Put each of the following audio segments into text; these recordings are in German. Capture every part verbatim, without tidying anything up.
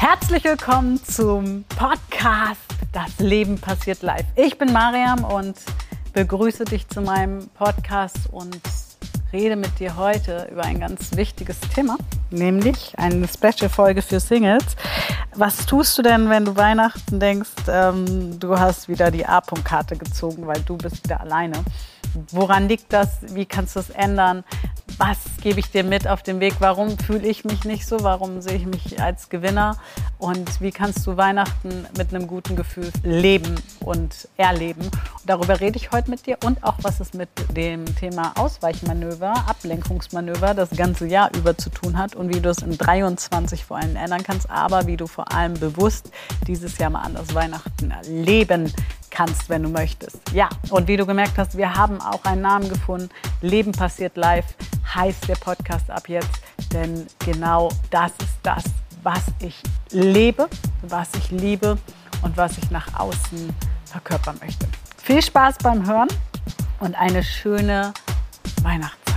Herzlich willkommen zum Podcast Das Leben passiert live. Ich bin Mariam und begrüße dich zu meinem Podcast und rede mit dir heute über ein ganz wichtiges Thema, nämlich eine Special-Folge für Singles. Was tust du denn, wenn du Weihnachten denkst, ähm, du hast wieder die A-Punkt-Karte gezogen, weil du bist wieder alleine? Woran liegt das? Wie kannst du es ändern? Was gebe ich dir mit auf den Weg? Warum fühle ich mich nicht so? Warum sehe ich mich als Gewinner? Und wie kannst du Weihnachten mit einem guten Gefühl leben und erleben? Und darüber rede ich heute mit dir und auch, was es mit dem Thema Ausweichmanöver, Ablenkungsmanöver das ganze Jahr über zu tun hat und wie du es in dreiundzwanzig vor allem ändern kannst, aber wie du vor allem bewusst dieses Jahr mal anders Weihnachten erleben kannst, wenn du möchtest. Ja, und wie du gemerkt hast, wir haben auch einen Namen gefunden. Leben passiert live heißt der Podcast ab jetzt, denn genau das ist das, was ich lebe, was ich liebe und was ich nach außen verkörpern möchte. Viel Spaß beim Hören und eine schöne Weihnachtszeit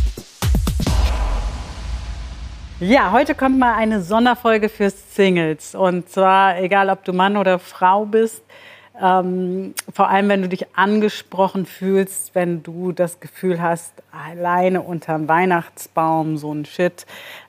dir. Ja, heute kommt mal eine Sonderfolge für Singles und zwar egal, ob du Mann oder Frau bist. Ähm, vor allem, wenn du dich angesprochen fühlst, wenn du das Gefühl hast, alleine unterm Weihnachtsbaum, so ein Shit,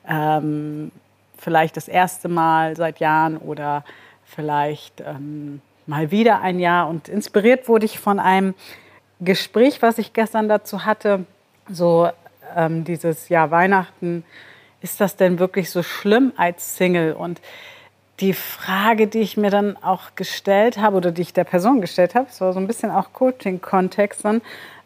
ähm, vielleicht das erste Mal seit Jahren oder vielleicht ähm, mal wieder ein Jahr. Und inspiriert wurde ich von einem Gespräch, was ich gestern dazu hatte, so ähm, dieses Jahr Weihnachten, ist das denn wirklich so schlimm als Single? Und die Frage, die ich mir dann auch gestellt habe oder die ich der Person gestellt habe, das war so ein bisschen auch Coaching-Kontext, dann,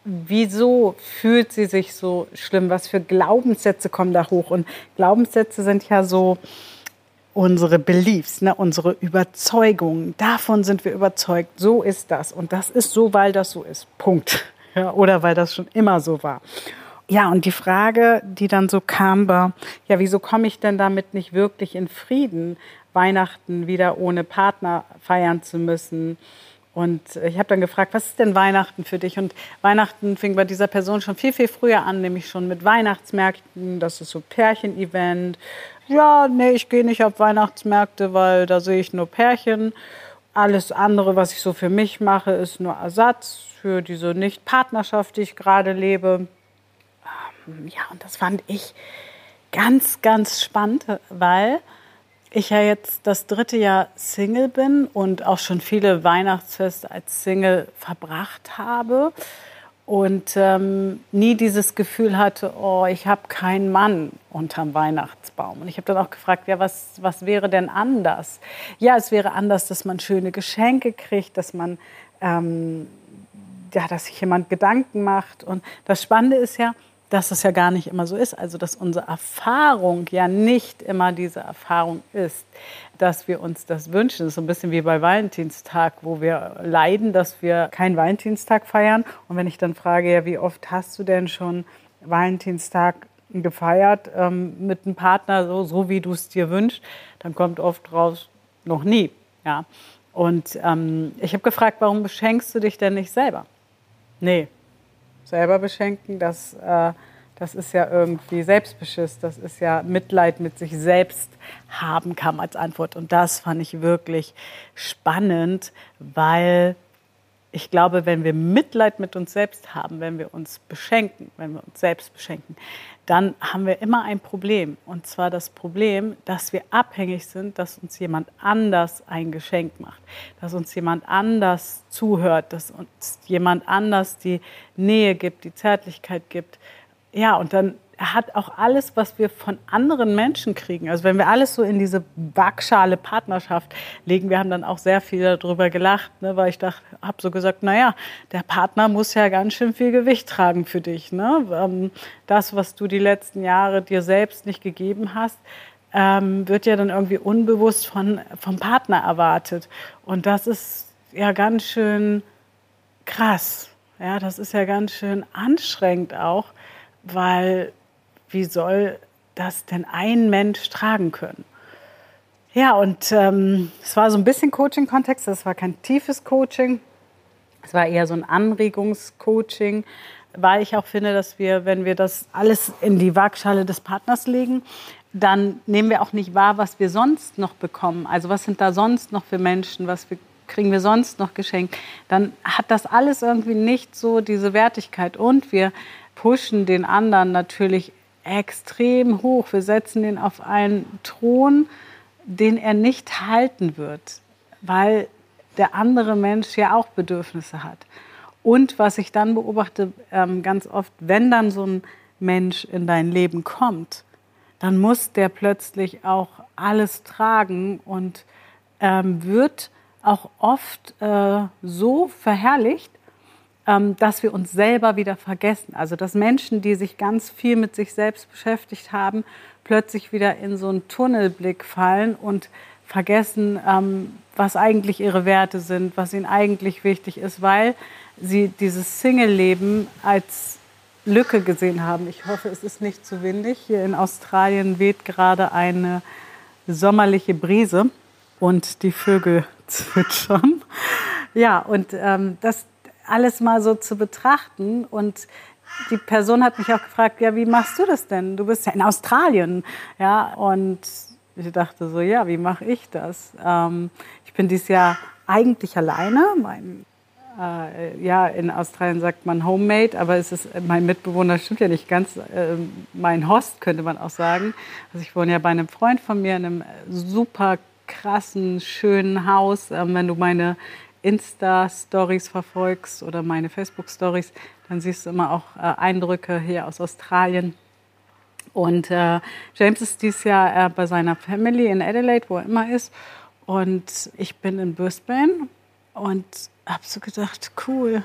wieso fühlt sie sich so schlimm? Was für Glaubenssätze kommen da hoch? Und Glaubenssätze sind ja so unsere Beliefs, ne? Unsere Überzeugungen. Davon sind wir überzeugt. So ist das. Und das ist so, weil das so ist. Punkt. Ja, oder weil das schon immer so war. Ja, und die Frage, die dann so kam, war, ja, wieso komme ich denn damit nicht wirklich in Frieden, Weihnachten wieder ohne Partner feiern zu müssen? Und ich habe dann gefragt, was ist denn Weihnachten für dich? Und Weihnachten fing bei dieser Person schon viel, viel früher an, nämlich schon mit Weihnachtsmärkten. Das ist so Pärchen-Event. Ja, nee, ich gehe nicht auf Weihnachtsmärkte, weil da sehe ich nur Pärchen. Alles andere, was ich so für mich mache, ist nur Ersatz für diese Nicht-Partnerschaft, die ich gerade lebe. Ja, und das fand ich ganz, ganz spannend, weil ich ja jetzt das dritte Jahr Single bin und auch schon viele Weihnachtsfeste als Single verbracht habe und ähm, nie dieses Gefühl hatte, oh, ich habe keinen Mann unterm Weihnachtsbaum. Und ich habe dann auch gefragt, ja, was, was wäre denn anders? Ja, es wäre anders, dass man schöne Geschenke kriegt, dass man, ähm, ja, dass sich jemand Gedanken macht. Und das Spannende ist ja, dass das ja gar nicht immer so ist. Also, dass unsere Erfahrung ja nicht immer diese Erfahrung ist, dass wir uns das wünschen. Das ist so ein bisschen wie bei Valentinstag, wo wir leiden, dass wir keinen Valentinstag feiern. Und wenn ich dann frage, ja, wie oft hast du denn schon Valentinstag gefeiert ähm, mit einem Partner, so, so wie du es dir wünschst, dann kommt oft raus, noch nie. Ja. Und ähm, ich habe gefragt, warum beschenkst du dich denn nicht selber? Nee. Selber beschenken, das, äh, das ist ja irgendwie Selbstbeschiss, das ist ja Mitleid mit sich selbst haben, kam als Antwort. Und das fand ich wirklich spannend, weil ich glaube, wenn wir Mitleid mit uns selbst haben, wenn wir uns beschenken, wenn wir uns selbst beschenken, dann haben wir immer ein Problem. Und zwar das Problem, dass wir abhängig sind, dass uns jemand anders ein Geschenk macht, dass uns jemand anders zuhört, dass uns jemand anders die Nähe gibt, die Zärtlichkeit gibt. Ja, und dann hat auch alles, was wir von anderen Menschen kriegen. Also wenn wir alles so in diese Waagschale Partnerschaft legen, wir haben dann auch sehr viel darüber gelacht, ne, weil ich dachte, habe so gesagt, naja, der Partner muss ja ganz schön viel Gewicht tragen für dich. Ne? Ähm, das, was du die letzten Jahre dir selbst nicht gegeben hast, ähm, wird ja dann irgendwie unbewusst von, vom Partner erwartet. Und das ist ja ganz schön krass. Ja, das ist ja ganz schön anstrengend auch, weil wie soll das denn ein Mensch tragen können? Ja, und ähm, es war so ein bisschen Coaching-Kontext, das war kein tiefes Coaching, es war eher so ein Anregungscoaching, weil ich auch finde, dass wir, wenn wir das alles in die Waagschale des Partners legen, dann nehmen wir auch nicht wahr, was wir sonst noch bekommen. Also was sind da sonst noch für Menschen, was wir, kriegen wir sonst noch geschenkt. Dann hat das alles irgendwie nicht so diese Wertigkeit. Und wir pushen den anderen natürlich extrem hoch. Wir setzen ihn auf einen Thron, den er nicht halten wird, weil der andere Mensch ja auch Bedürfnisse hat. Und was ich dann beobachte, ähm, ganz oft, wenn dann so ein Mensch in dein Leben kommt, dann muss der plötzlich auch alles tragen und ähm, wird auch oft äh, so verherrlicht, ähm, dass wir uns selber wieder vergessen. Also dass Menschen, die sich ganz viel mit sich selbst beschäftigt haben, plötzlich wieder in so einen Tunnelblick fallen und vergessen, ähm, was eigentlich ihre Werte sind, was ihnen eigentlich wichtig ist, weil sie dieses Single-Leben als Lücke gesehen haben. Ich hoffe, es ist nicht zu windig. Hier in Australien weht gerade eine sommerliche Brise und die Vögel zwitschern. Ja, und ähm, das alles mal so zu betrachten. Und die Person hat mich auch gefragt, ja, wie machst du das denn? Du bist ja in Australien. Ja, und ich dachte so, ja, wie mache ich das? Ähm, ich bin dieses Jahr eigentlich alleine. Mein Äh, ja, in Australien sagt man Homemade, aber es ist, mein Mitbewohner stimmt ja nicht ganz, äh, mein Host könnte man auch sagen. Also ich wohne ja bei einem Freund von mir in einem super krassen, schönen Haus. Ähm, wenn du meine Insta-Stories verfolgst oder meine Facebook-Stories, dann siehst du immer auch äh, Eindrücke hier aus Australien. Und äh, James ist dieses Jahr äh, bei seiner Family in Adelaide, wo er immer ist. Und ich bin in Brisbane und habe so gedacht, cool,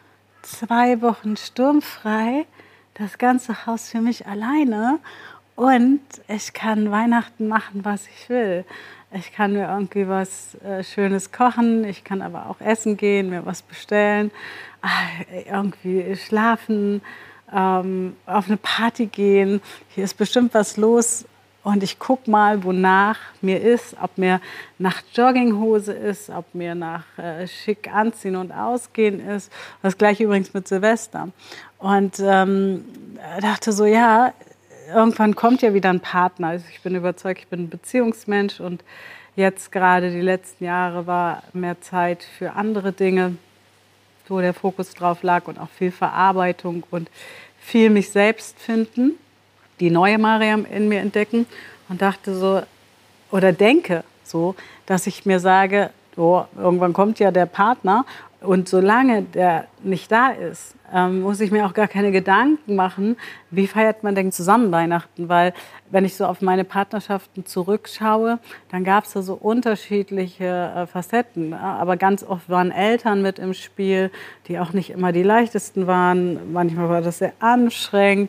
zwei Wochen sturmfrei, das ganze Haus für mich alleine und ich kann Weihnachten machen, was ich will. Ich kann mir irgendwie was äh, Schönes kochen, ich kann aber auch essen gehen, mir was bestellen, äh, irgendwie schlafen, ähm, auf eine Party gehen. Hier ist bestimmt was los. Und ich gucke mal, wonach mir ist, ob mir nach Jogginghose ist, ob mir nach äh, schick anziehen und ausgehen ist. Das gleiche übrigens mit Silvester. Und ähm, dachte so, ja, irgendwann kommt ja wieder ein Partner. Also ich bin überzeugt, ich bin ein Beziehungsmensch. Und jetzt gerade die letzten Jahre war mehr Zeit für andere Dinge, wo der Fokus drauf lag und auch viel Verarbeitung und viel mich selbst finden. Die neue Mariam in mir entdecken und dachte so, oder denke so, dass ich mir sage, oh, irgendwann kommt ja der Partner und solange der nicht da ist, ähm, muss ich mir auch gar keine Gedanken machen, wie feiert man denn zusammen Weihnachten, weil wenn ich so auf meine Partnerschaften zurückschaue, dann gab es da so unterschiedliche äh, Facetten, ja? Aber ganz oft waren Eltern mit im Spiel, die auch nicht immer die leichtesten waren, manchmal war das sehr anstrengend,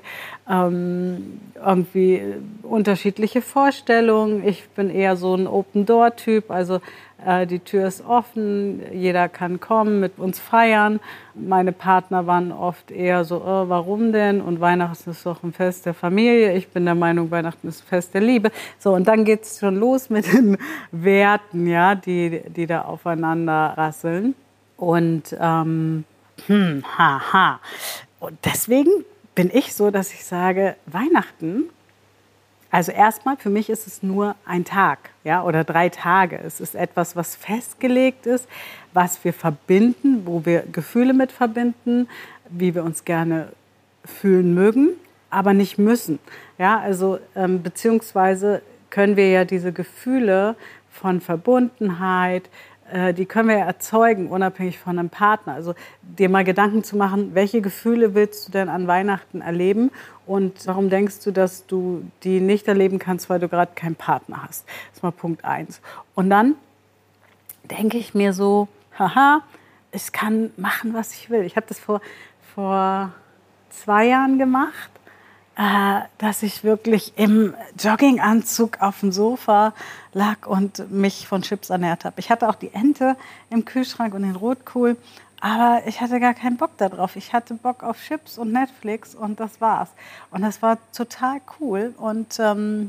ähm, irgendwie unterschiedliche Vorstellungen, ich bin eher so ein Open-Door-Typ, also äh, die Tür ist offen, jeder kann kommen, mit uns feiern. Meine Partner waren oft eher so, oh, warum denn? Und Weihnachten ist doch ein Fest der Familie. Ich bin der Meinung, Weihnachten ist ein Fest der Liebe. So, und dann geht es schon los mit den Werten, ja, die, die da aufeinander rasseln. Und ähm, hm, haha. Und deswegen bin ich so, dass ich sage, Weihnachten, also erstmal, für mich ist es nur ein Tag, ja, oder drei Tage. Es ist etwas, was festgelegt ist, was wir verbinden, wo wir Gefühle mit verbinden, wie wir uns gerne fühlen mögen, aber nicht müssen. Ja, also ähm, beziehungsweise können wir ja diese Gefühle von Verbundenheit, äh, die können wir ja erzeugen, unabhängig von einem Partner. Also dir mal Gedanken zu machen, welche Gefühle willst du denn an Weihnachten erleben? Und warum denkst du, dass du die nicht erleben kannst, weil du gerade keinen Partner hast? Das ist mal Punkt eins. Und dann denke ich mir so, haha, ich kann machen, was ich will. Ich habe das vor, vor zwei Jahren gemacht, äh, dass ich wirklich im Jogginganzug auf dem Sofa lag und mich von Chips ernährt habe. Ich hatte auch die Ente im Kühlschrank und den Rotkohl. Aber ich hatte gar keinen Bock darauf. Ich hatte Bock auf Chips und Netflix und das war's. Und das war total cool. Und ähm,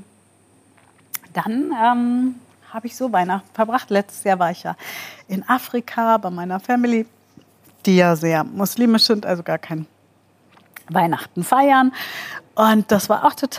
dann ähm, habe ich so Weihnachten verbracht. Letztes Jahr war ich ja in Afrika bei meiner Family, die ja sehr muslimisch sind, also gar kein Weihnachten feiern. Und das war auch total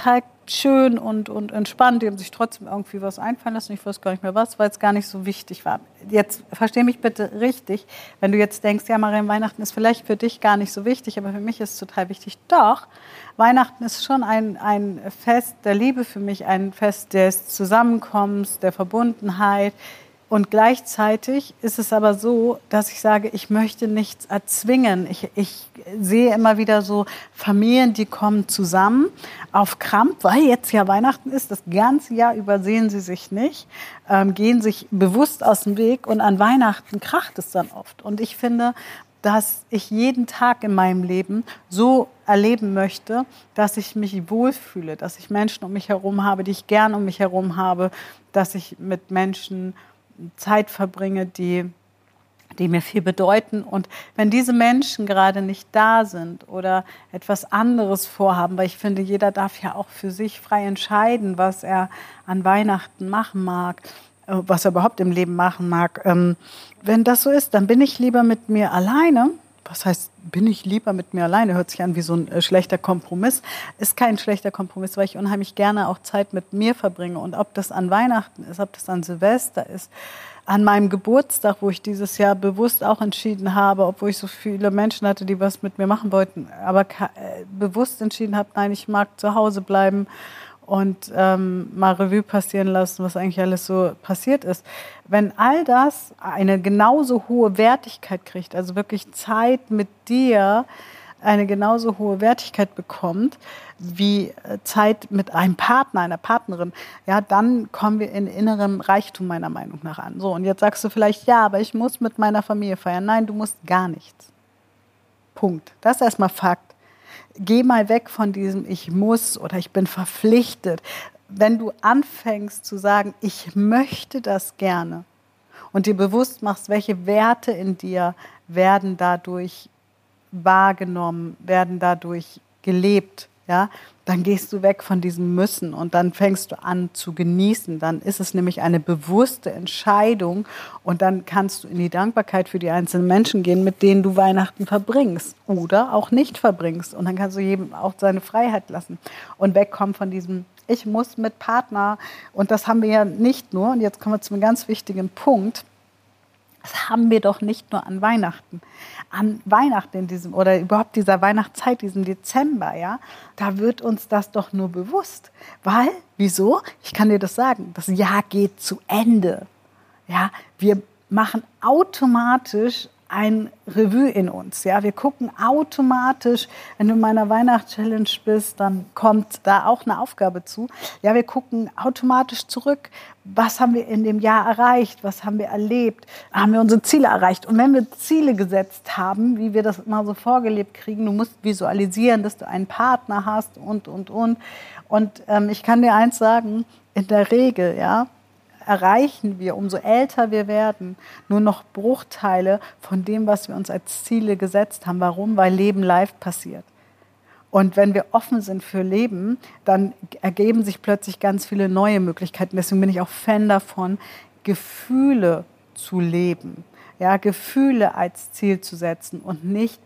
schön und, und entspannt. Die haben sich trotzdem irgendwie was einfallen lassen. Ich weiß gar nicht mehr was, weil es gar nicht so wichtig war. Jetzt versteh mich bitte richtig, wenn du jetzt denkst, ja, Mariam, Weihnachten ist vielleicht für dich gar nicht so wichtig, aber für mich ist es total wichtig. Doch, Weihnachten ist schon ein, ein Fest der Liebe für mich, ein Fest des Zusammenkommens, der Verbundenheit. Und gleichzeitig ist es aber so, dass ich sage, ich möchte nichts erzwingen. Ich, ich sehe immer wieder so Familien, die kommen zusammen auf Krampf, weil jetzt ja Weihnachten ist. Das ganze Jahr über sehen sie sich nicht, ähm, gehen sich bewusst aus dem Weg und an Weihnachten kracht es dann oft. Und ich finde, dass ich jeden Tag in meinem Leben so erleben möchte, dass ich mich wohlfühle, dass ich Menschen um mich herum habe, die ich gern um mich herum habe, dass ich mit Menschen Zeit verbringe, die, die mir viel bedeuten. Und wenn diese Menschen gerade nicht da sind oder etwas anderes vorhaben, weil ich finde, jeder darf ja auch für sich frei entscheiden, was er an Weihnachten machen mag, was er überhaupt im Leben machen mag. Wenn das so ist, dann bin ich lieber mit mir alleine. Was heißt, bin ich lieber mit mir alleine? Hört sich an wie so ein äh, schlechter Kompromiss. Ist kein schlechter Kompromiss, weil ich unheimlich gerne auch Zeit mit mir verbringe. Und ob das an Weihnachten ist, ob das an Silvester ist, an meinem Geburtstag, wo ich dieses Jahr bewusst auch entschieden habe, obwohl ich so viele Menschen hatte, die was mit mir machen wollten, aber äh, bewusst entschieden habe, nein, ich mag zu Hause bleiben und ähm, mal Revue passieren lassen, was eigentlich alles so passiert ist. Wenn all das eine genauso hohe Wertigkeit kriegt, also wirklich Zeit mit dir eine genauso hohe Wertigkeit bekommt, wie Zeit mit einem Partner, einer Partnerin, ja, dann kommen wir in innerem Reichtum meiner Meinung nach an. So, und jetzt sagst du vielleicht, ja, aber ich muss mit meiner Familie feiern. Nein, du musst gar nichts. Punkt. Das ist erstmal Fakt. Geh mal weg von diesem ich muss oder ich bin verpflichtet. Wenn du anfängst zu sagen, ich möchte das gerne und dir bewusst machst, welche Werte in dir werden dadurch wahrgenommen, werden dadurch gelebt, ja, dann gehst du weg von diesem Müssen und dann fängst du an zu genießen. Dann ist es nämlich eine bewusste Entscheidung und dann kannst du in die Dankbarkeit für die einzelnen Menschen gehen, mit denen du Weihnachten verbringst oder auch nicht verbringst. Und dann kannst du jedem auch seine Freiheit lassen und wegkommen von diesem ich muss mit Partner. Und das haben wir ja nicht nur, und jetzt kommen wir zu einem ganz wichtigen Punkt, das haben wir doch nicht nur an Weihnachten. An Weihnachten in diesem, oder überhaupt dieser Weihnachtszeit, diesem Dezember, ja, da wird uns das doch nur bewusst. Weil, wieso? Ich kann dir das sagen, das Jahr geht zu Ende. Ja, wir machen automatisch ein Revue in uns. Ja, wir gucken automatisch, wenn du in meiner Weihnachtschallenge bist, dann kommt da auch eine Aufgabe zu. Ja, wir gucken automatisch zurück. Was haben wir in dem Jahr erreicht? Was haben wir erlebt? Haben wir unsere Ziele erreicht? Und wenn wir Ziele gesetzt haben, wie wir das immer so vorgelebt kriegen, du musst visualisieren, dass du einen Partner hast und, und, und. Und ähm, ich kann dir eins sagen, in der Regel, ja, erreichen wir, umso älter wir werden, nur noch Bruchteile von dem, was wir uns als Ziele gesetzt haben. Warum? Weil Leben live passiert. Und wenn wir offen sind für Leben, dann ergeben sich plötzlich ganz viele neue Möglichkeiten. Deswegen bin ich auch Fan davon, Gefühle zu leben. Ja, Gefühle als Ziel zu setzen und nicht,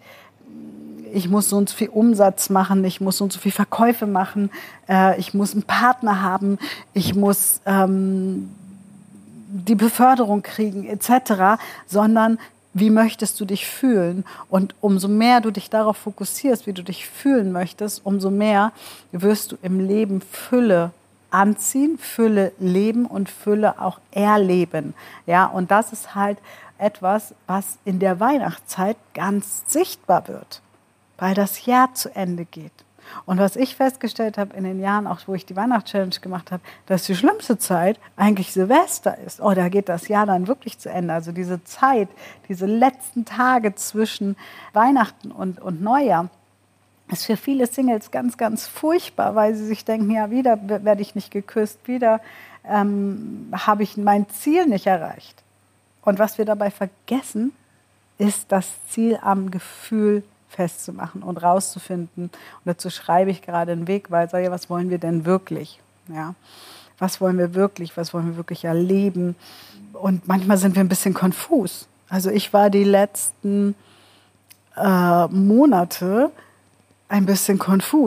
ich muss so und so viel Umsatz machen, ich muss so und so viel Verkäufe machen, äh, ich muss einen Partner haben, ich muss ähm, die Beförderung kriegen et cetera, sondern wie möchtest du dich fühlen? Und umso mehr du dich darauf fokussierst, wie du dich fühlen möchtest, umso mehr wirst du im Leben Fülle anziehen, Fülle leben und Fülle auch erleben. Ja, und das ist halt etwas, was in der Weihnachtszeit ganz sichtbar wird, weil das Jahr zu Ende geht. Und was ich festgestellt habe in den Jahren, auch wo ich die Weihnachtschallenge gemacht habe, dass die schlimmste Zeit eigentlich Silvester ist. Oh, da geht das Jahr dann wirklich zu Ende. Also diese Zeit, diese letzten Tage zwischen Weihnachten und, und Neujahr, ist für viele Singles ganz, ganz furchtbar, weil sie sich denken, ja, wieder werde ich nicht geküsst, wieder ähm, habe ich mein Ziel nicht erreicht. Und was wir dabei vergessen, ist das Ziel am Gefühl festzumachen und rauszufinden. Und dazu schreibe ich gerade einen Wegweiser, ja, was wollen wir denn wirklich? Ja, was wollen wir wirklich? Was wollen wir wirklich erleben? Und manchmal sind wir ein bisschen konfus. Also ich war die letzten äh, Monate ein bisschen konfus.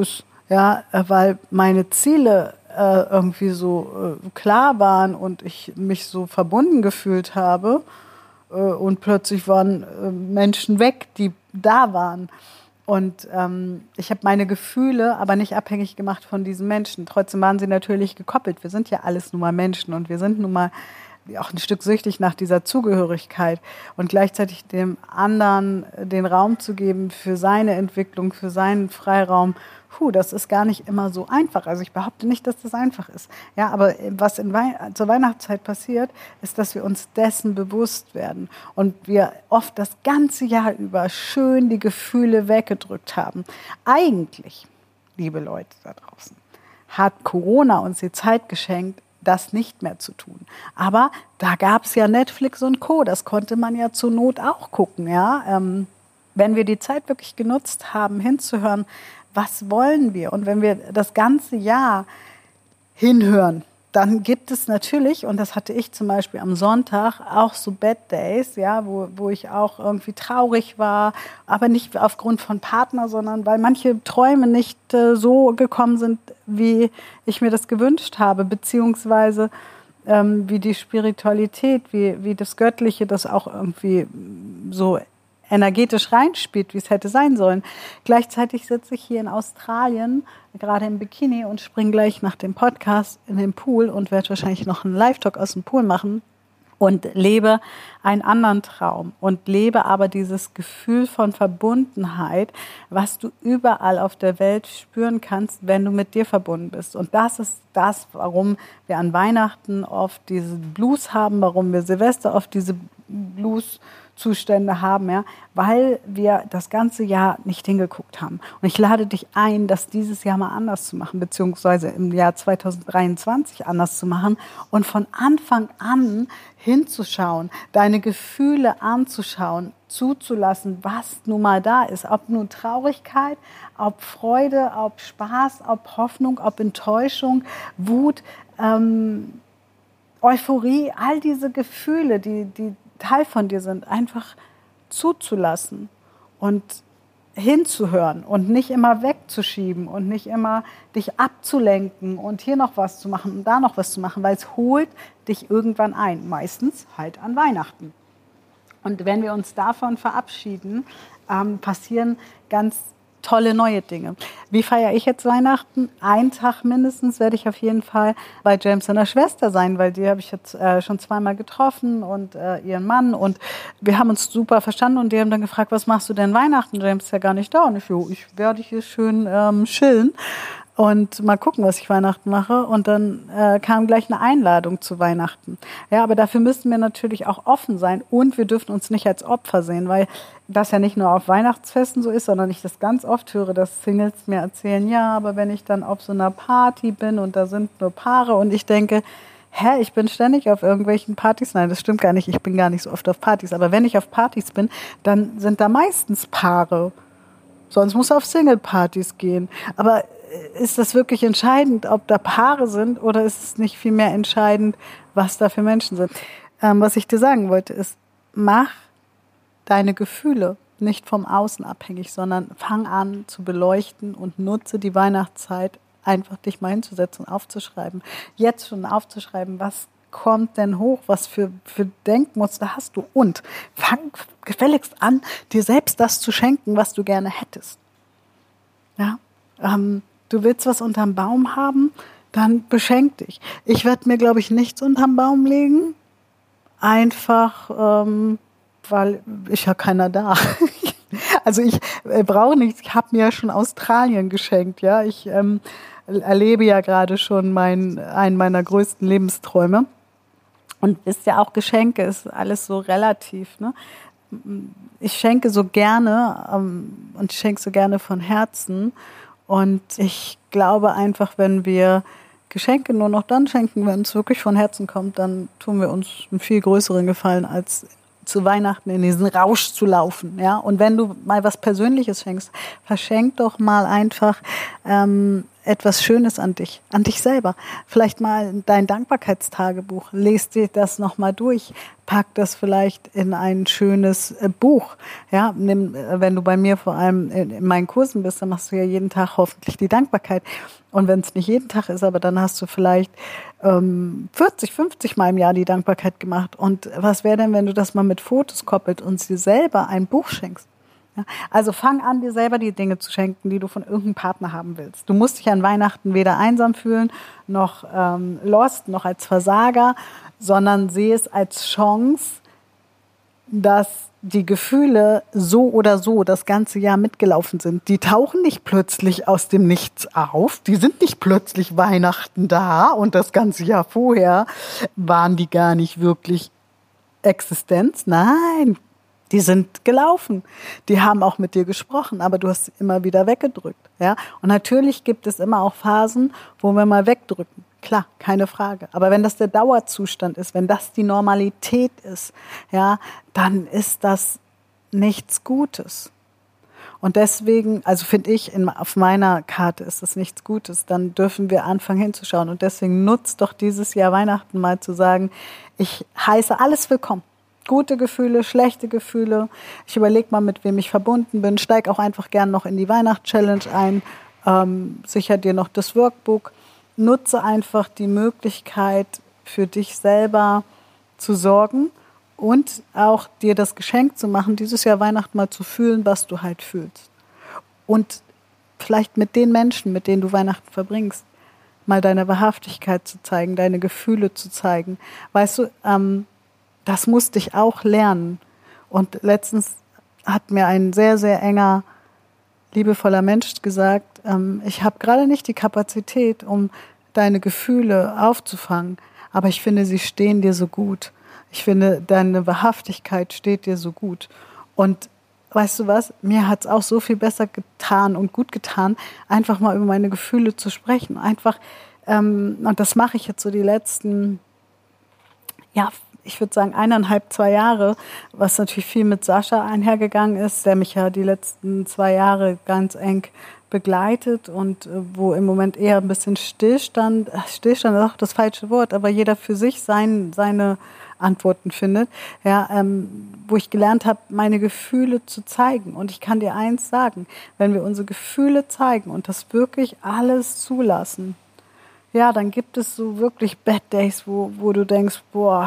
ja, weil meine Ziele äh, irgendwie so äh, klar waren und ich mich so verbunden gefühlt habe. Äh, und plötzlich waren äh, Menschen weg, die da waren. Und ähm, ich habe meine Gefühle aber nicht abhängig gemacht von diesen Menschen. Trotzdem waren sie natürlich gekoppelt. Wir sind ja alles nun mal Menschen und wir sind nun mal auch ein Stück süchtig nach dieser Zugehörigkeit und gleichzeitig dem anderen den Raum zu geben für seine Entwicklung, für seinen Freiraum. Puh, das ist gar nicht immer so einfach. Also ich behaupte nicht, dass das einfach ist. Ja, aber was in Wei- zur Weihnachtszeit passiert, ist, dass wir uns dessen bewusst werden und wir oft das ganze Jahr über schön die Gefühle weggedrückt haben. Eigentlich, liebe Leute da draußen, hat Corona uns die Zeit geschenkt, das nicht mehr zu tun. Aber da gab es ja Netflix und Co., das konnte man ja zur Not auch gucken. Ja? Ähm, wenn wir die Zeit wirklich genutzt haben, hinzuhören, was wollen wir? Und wenn wir das ganze Jahr hinhören, dann gibt es natürlich, und das hatte ich zum Beispiel am Sonntag, auch so Bad Days, ja, wo, wo ich auch irgendwie traurig war, aber nicht aufgrund von Partner, sondern weil manche Träume nicht äh, so gekommen sind, wie ich mir das gewünscht habe, beziehungsweise ähm, wie die Spiritualität, wie, wie das Göttliche das auch irgendwie so energetisch reinspielt, wie es hätte sein sollen. Gleichzeitig sitze ich hier in Australien, gerade im Bikini und springe gleich nach dem Podcast in den Pool und werde wahrscheinlich noch einen Live-Talk aus dem Pool machen und lebe einen anderen Traum und lebe aber dieses Gefühl von Verbundenheit, was du überall auf der Welt spüren kannst, wenn du mit dir verbunden bist. Und das ist das, warum wir an Weihnachten oft diese Blues haben, warum wir Silvester oft diese Blues Zustände haben, ja, weil wir das ganze Jahr nicht hingeguckt haben. Und ich lade dich ein, das dieses Jahr mal anders zu machen, beziehungsweise im Jahr zweitausenddreiundzwanzig anders zu machen und von Anfang an hinzuschauen, deine Gefühle anzuschauen, zuzulassen, was nun mal da ist. Ob nun Traurigkeit, ob Freude, ob Spaß, ob Hoffnung, ob Enttäuschung, Wut, ähm, Euphorie, all diese Gefühle, die, die Teil von dir sind, einfach zuzulassen und hinzuhören und nicht immer wegzuschieben und nicht immer dich abzulenken und hier noch was zu machen und da noch was zu machen, weil es holt dich irgendwann ein, meistens halt an Weihnachten. Und wenn wir uns davon verabschieden, ähm, passieren ganz tolle neue Dinge. Wie feiere ich jetzt Weihnachten? Einen Tag mindestens werde ich auf jeden Fall bei James seiner Schwester sein, weil die habe ich jetzt äh, schon zweimal getroffen und äh, ihren Mann und wir haben uns super verstanden und die haben dann gefragt, was machst du denn Weihnachten? James ist ja gar nicht da und ich, jo, ich werde hier schön ähm, chillen und mal gucken, was ich Weihnachten mache. Und dann äh, kam gleich eine Einladung zu Weihnachten. Ja, aber dafür müssen wir natürlich auch offen sein und wir dürfen uns nicht als Opfer sehen, weil das ja nicht nur auf Weihnachtsfesten so ist, sondern ich das ganz oft höre, dass Singles mir erzählen, ja, aber wenn ich dann auf so einer Party bin und da sind nur Paare und ich denke, hä, ich bin ständig auf irgendwelchen Partys. Nein, das stimmt gar nicht, ich bin gar nicht so oft auf Partys. Aber wenn ich auf Partys bin, dann sind da meistens Paare. Sonst muss auf Single-Partys gehen. Aber ist das wirklich entscheidend, ob da Paare sind oder ist es nicht vielmehr entscheidend, was da für Menschen sind? Ähm, was ich dir sagen wollte ist, mach deine Gefühle nicht vom Außen abhängig, sondern fang an zu beleuchten und nutze die Weihnachtszeit, einfach dich mal hinzusetzen und aufzuschreiben. Jetzt schon aufzuschreiben, was kommt denn hoch, was für, für Denkmuster hast du und fang gefälligst an, dir selbst das zu schenken, was du gerne hättest. Ja, ähm, du willst was unterm Baum haben, dann beschenk dich. Ich werde mir, glaube ich, nichts unterm Baum legen, einfach, ähm, weil ich ja keiner da. Also ich äh, brauche nichts. Ich habe mir ja schon Australien geschenkt. Ja, ich ähm, erlebe ja gerade schon mein, einen meiner größten Lebensträume. Und wisst ja auch, Geschenke ist alles so relativ. Ne? Ich schenke so gerne ähm, und ich schenke so gerne von Herzen. Und ich glaube einfach, wenn wir Geschenke nur noch dann schenken, wenn es wirklich von Herzen kommt, dann tun wir uns einen viel größeren Gefallen, als zu Weihnachten in diesen Rausch zu laufen. Ja? Und wenn du mal was Persönliches schenkst, verschenk doch mal einfach ähm, etwas Schönes an dich, an dich selber. Vielleicht mal dein Dankbarkeitstagebuch. Lest dir das nochmal durch. Pack das vielleicht in ein schönes äh, Buch. Ja, nimm, wenn du bei mir vor allem in, in meinen Kursen bist, dann machst du ja jeden Tag hoffentlich die Dankbarkeit. Und wenn es nicht jeden Tag ist, aber dann hast du vielleicht ähm, vierzig, fünfzig Mal im Jahr die Dankbarkeit gemacht. Und was wäre denn, wenn du das mal mit Fotos koppelt und dir selber ein Buch schenkst? Ja, also fang an, dir selber die Dinge zu schenken, die du von irgendeinem Partner haben willst. Du musst dich an Weihnachten weder einsam fühlen, noch ähm, lost, noch als Versager, sondern sehe es als Chance, dass die Gefühle so oder so das ganze Jahr mitgelaufen sind. Die tauchen nicht plötzlich aus dem Nichts auf. Die sind nicht plötzlich Weihnachten da und das ganze Jahr vorher waren die gar nicht wirklich Existenz. Nein, die sind gelaufen. Die haben auch mit dir gesprochen, aber du hast sie immer wieder weggedrückt. Ja? Und natürlich gibt es immer auch Phasen, wo wir mal wegdrücken. Klar, keine Frage. Aber wenn das der Dauerzustand ist, wenn das die Normalität ist, ja, dann ist das nichts Gutes. Und deswegen, also finde ich, in, auf meiner Karte ist das nichts Gutes. Dann dürfen wir anfangen hinzuschauen. Und deswegen nutzt doch dieses Jahr Weihnachten mal zu sagen, ich heiße alles willkommen. Gute Gefühle, schlechte Gefühle. Ich überlege mal, mit wem ich verbunden bin. Steig auch einfach gern noch in die Weihnachts-Challenge ein. Ähm, sicher dir noch das Workbook. Nutze einfach die Möglichkeit, für dich selber zu sorgen und auch dir das Geschenk zu machen, dieses Jahr Weihnachten mal zu fühlen, was du halt fühlst. Und vielleicht mit den Menschen, mit denen du Weihnachten verbringst, mal deine Wahrhaftigkeit zu zeigen, deine Gefühle zu zeigen. Weißt du, ähm, das musste ich auch lernen. Und letztens hat mir ein sehr, sehr enger, liebevoller Mensch gesagt, ähm, ich habe gerade nicht die Kapazität, um deine Gefühle aufzufangen, aber ich finde, sie stehen dir so gut. Ich finde, deine Wahrhaftigkeit steht dir so gut. Und weißt du was, mir hat es auch so viel besser getan und gut getan, einfach mal über meine Gefühle zu sprechen. Einfach, ähm, und das mache ich jetzt so die letzten, ja, ich würde sagen eineinhalb, zwei Jahre, was natürlich viel mit Sascha einhergegangen ist, der mich ja die letzten zwei Jahre ganz eng begleitet und äh, wo im Moment eher ein bisschen Stillstand, Stillstand ist auch das falsche Wort, aber jeder für sich sein, seine Antworten findet, ja, ähm, wo ich gelernt habe, meine Gefühle zu zeigen. Und ich kann dir eins sagen, wenn wir unsere Gefühle zeigen und das wirklich alles zulassen, ja, dann gibt es so wirklich Bad Days, wo, wo du denkst, boah,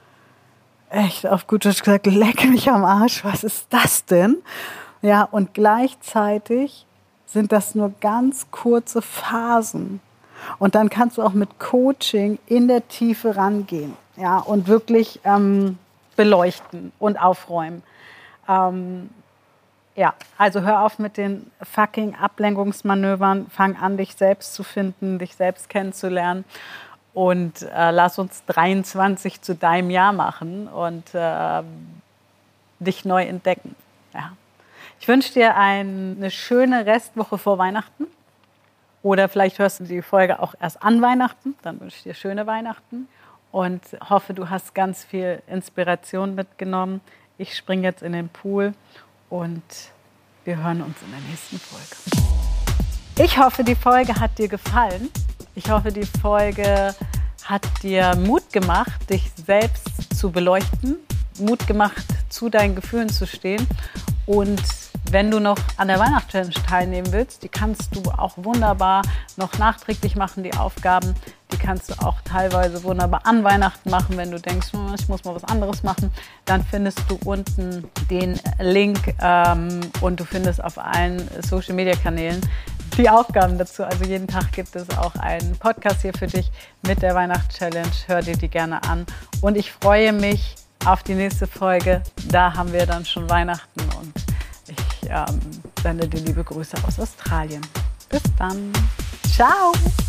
echt, auf gut Deutsch gesagt, leck mich am Arsch, was ist das denn? Ja, und gleichzeitig sind das nur ganz kurze Phasen. Und dann kannst du auch mit Coaching in der Tiefe rangehen, ja, und wirklich ähm, beleuchten und aufräumen. Ähm, ja, also hör auf mit den fucking Ablenkungsmanövern, fang an, dich selbst zu finden, dich selbst kennenzulernen. Und äh, lass uns dreiundzwanzig zu deinem Jahr machen und äh, dich neu entdecken. Ja. Ich wünsche dir ein, eine schöne Restwoche vor Weihnachten. Oder vielleicht hörst du die Folge auch erst an Weihnachten. Dann wünsche ich dir schöne Weihnachten. Und hoffe, du hast ganz viel Inspiration mitgenommen. Ich springe jetzt in den Pool und wir hören uns in der nächsten Folge. Ich hoffe, die Folge hat dir gefallen. Ich hoffe, die Folge hat dir Mut gemacht, dich selbst zu beleuchten, Mut gemacht, zu deinen Gefühlen zu stehen. Und wenn du noch an der Weihnachtschallenge teilnehmen willst, die kannst du auch wunderbar noch nachträglich machen, die Aufgaben. Die kannst du auch teilweise wunderbar an Weihnachten machen, wenn du denkst, ich muss mal was anderes machen. Dann findest du unten den Link ähm, und du findest auf allen Social-Media-Kanälen die Aufgaben dazu. Also jeden Tag gibt es auch einen Podcast hier für dich mit der Weihnachtschallenge. Hör dir die gerne an. Und ich freue mich auf die nächste Folge. Da haben wir dann schon Weihnachten und ich ähm, sende dir liebe Grüße aus Australien. Bis dann. Ciao.